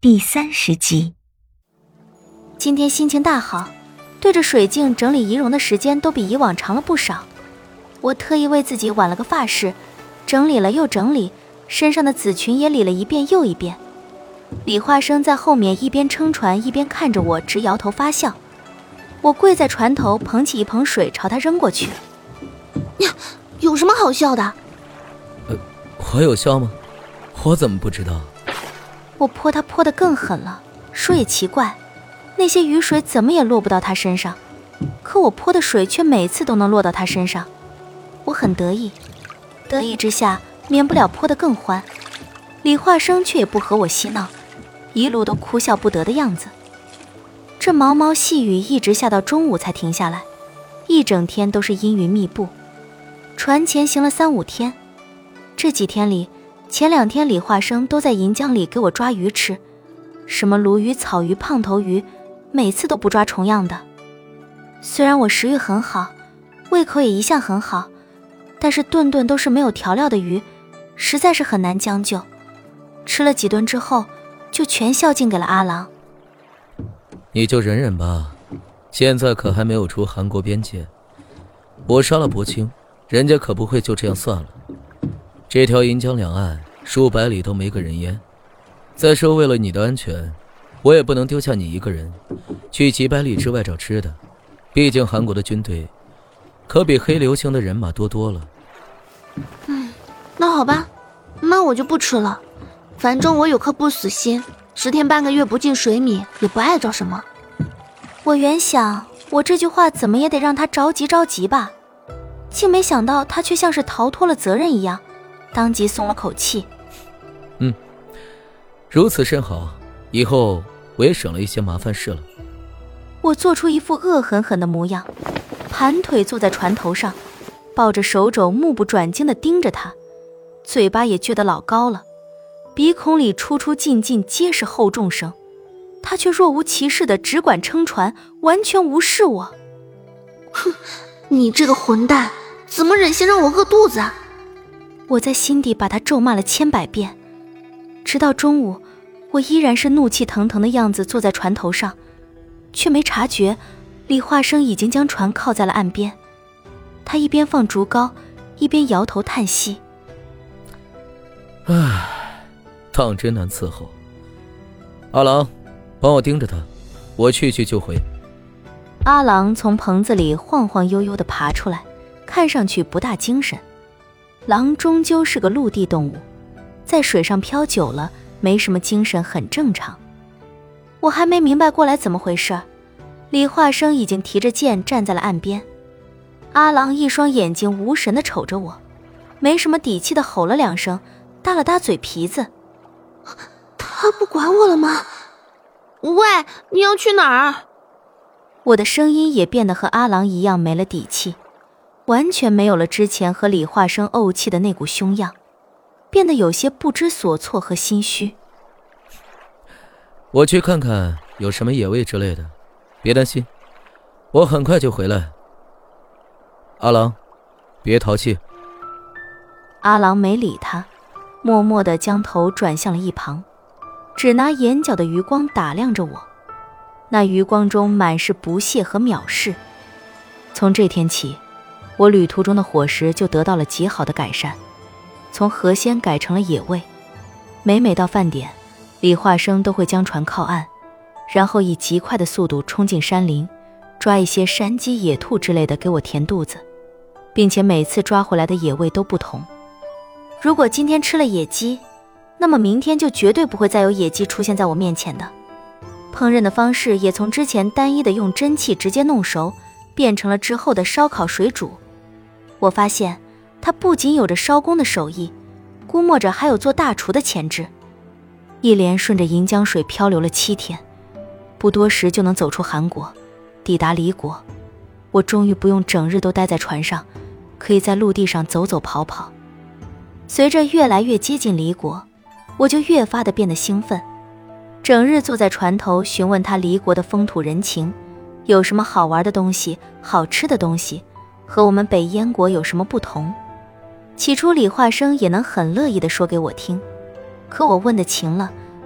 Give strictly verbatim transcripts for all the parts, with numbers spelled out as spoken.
第三十集。 今天心情大好，对着水镜整理仪容的时间都比以往长了不少。我特意为自己挽了个发饰，整理了又整理，身上的紫裙也理了一遍又一遍。李化生在后面一边撑船一边看着我，直摇头发笑。我跪在船头，捧起一盆水朝他扔过去。 有什么好笑的？ 呃，我有笑吗？我怎么不知道？ 我泼他泼得更狠了，说也奇怪，那些雨水怎么也落不到他身上，可我泼的水却每次都能落到他身上。我很得意，得意之下免不了泼得更欢。李化生却也不和我嬉闹，一路都哭笑不得的样子。这毛毛细雨一直下到中午才停下来，一整天都是阴云密布。船前行了三五天，这几天里，前两天李化生都在银江里给我抓鱼吃，什么鲈鱼、草鱼、胖头鱼，每次都不抓重样的。虽然我食欲很好，胃口也一向很好，但是顿顿都是没有调料的鱼，实在是很难将就。吃了几顿之后，就全孝敬给了阿郎。 你就忍忍吧，现在可还没有出韩国边界。我杀了伯清，人家可不会就这样算了。这条银江两岸数百里都没个人烟，再说为了你的安全，我也不能丢下你一个人去几百里之外找吃的。毕竟韩国的军队可比黑流星的人马多多了。 嗯，那好吧，那我就不吃了。反正我有颗不死心，十天半个月不进水米也不碍着什么。 我原想我这句话怎么也得让他着急着急吧，竟没想到他却像是逃脱了责任一样，当即松了口气。 嗯，如此甚好，以后我也省了一些麻烦事了。 我做出一副恶狠狠的模样，盘腿坐在船头上，抱着手肘目不转睛地盯着他，嘴巴也撅得老高了，鼻孔里出出进进皆是厚重声，他却若无其事地只管撑船，完全无视我。 哼，你这个混蛋，怎么忍心让我饿肚子啊？ 我在心底把他咒骂了千百遍，直到中午，我依然是怒气腾腾的样子坐在船头上，却没察觉李化生已经将船靠在了岸边。他一边放竹篙，一边摇头叹息。 唉，当真难伺候。阿郎，帮我盯着他，我去去就回。 阿郎从棚子里晃晃悠悠地爬出来，看上去不大精神。狼终究是个陆地动物，在水上漂久了，没什么精神很正常。我还没明白过来怎么回事，李化生已经提着剑站在了岸边。阿郎一双眼睛无神地瞅着我，没什么底气地吼了两声，搭了搭嘴皮子。 他不管我了吗？喂，你要去哪儿？ 我的声音也变得和阿郎一样没了底气，完全没有了之前和李化生怄气的那股凶样，变得有些不知所措和心虚。 我去看看有什么野味之类的，别担心，我很快就回来。阿郎，别淘气。 阿郎没理他，默默地将头转向了一旁，只拿眼角的余光打量着我，那余光中满是不屑和藐视。从这天起，我旅途中的伙食就得到了极好的改善，从河鲜改成了野味。每每到饭点，李化生都会将船靠岸，然后以极快的速度冲进山林，抓一些山鸡、野兔之类的给我填肚子，并且每次抓回来的野味都不同。如果今天吃了野鸡，那么明天就绝对不会再有野鸡出现在我面前的。烹饪的方式也从之前单一的用蒸汽直接弄熟，变成了之后的烧烤、水煮。我发现他不仅有着烧工的手艺，估摸着还有做大厨的潜质。一连顺着银江水漂流了七天，不多时就能走出韩国，抵达离国。我终于不用整日都待在船上，可以在陆地上走走跑跑。随着越来越接近离国，我就越发的变得兴奋，整日坐在船头询问他离国的风土人情，有什么好玩的东西、好吃的东西，和我们北燕国有什么不同。起初李化生也能很乐意地说给我听，可我问的勤了，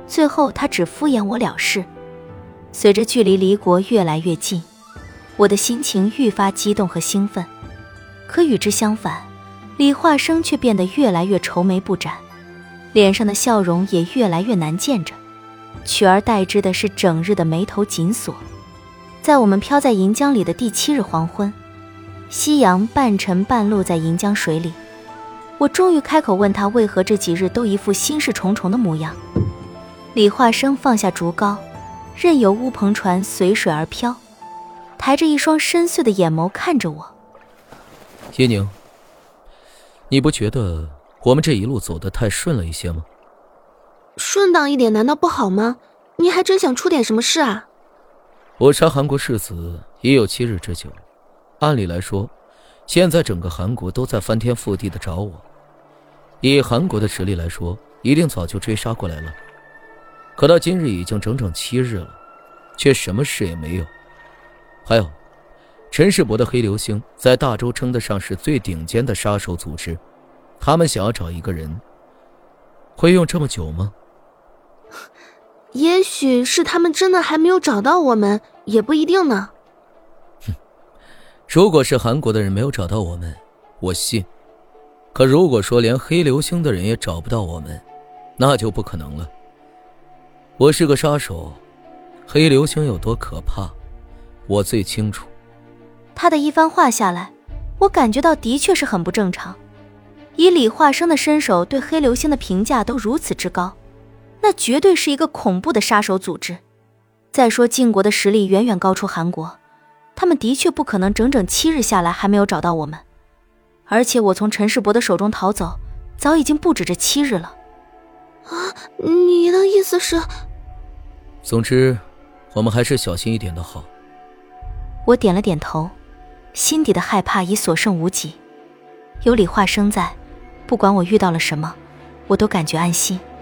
最后他只敷衍我了事。随着距离离国越来越近，我的心情愈发激动和兴奋。可与之相反，李化生却变得越来越愁眉不展，脸上的笑容也越来越难见着，取而代之的是整日的眉头紧锁。在我们飘在银江里的第七日黄昏，夕阳半沉半露在银江水里，我终于开口问他为何这几日都一副心事重重的模样。李化生放下竹篙，任由乌篷船随水而飘，抬着一双深邃的眼眸看着我。 叶宁，你不觉得我们这一路走得太顺了一些吗？ 顺当一点难道不好吗？你还真想出点什么事啊？ 我杀韩国世子已有七日之久，按理来说，现在整个韩国都在翻天覆地的找我。以韩国的实力来说，一定早就追杀过来了。可到今日已经整整七日了，却什么事也没有。还有，陈世伯的黑流星在大洲称得上是最顶尖的杀手组织，他们想要找一个人，会用这么久吗？ 也许是他们真的还没有找到我们，也不一定呢。 哼，如果是韩国的人没有找到我们，我信。可如果说连黑流星的人也找不到我们，那就不可能了。我是个杀手，黑流星有多可怕，我最清楚。 他的一番话下来，我感觉到的确是很不正常。以李化生的身手对黑流星的评价都如此之高，那绝对是一个恐怖的杀手组织。再说晋国的实力远远高出韩国，他们的确不可能整整七日下来还没有找到我们。而且我从陈世伯的手中逃走，早已经不止这七日了。 啊，你的意思是？ 总之，我们还是小心一点的好。 我点了点头，心底的害怕已所剩无几。有李化生在，不管我遇到了什么，我都感觉安心。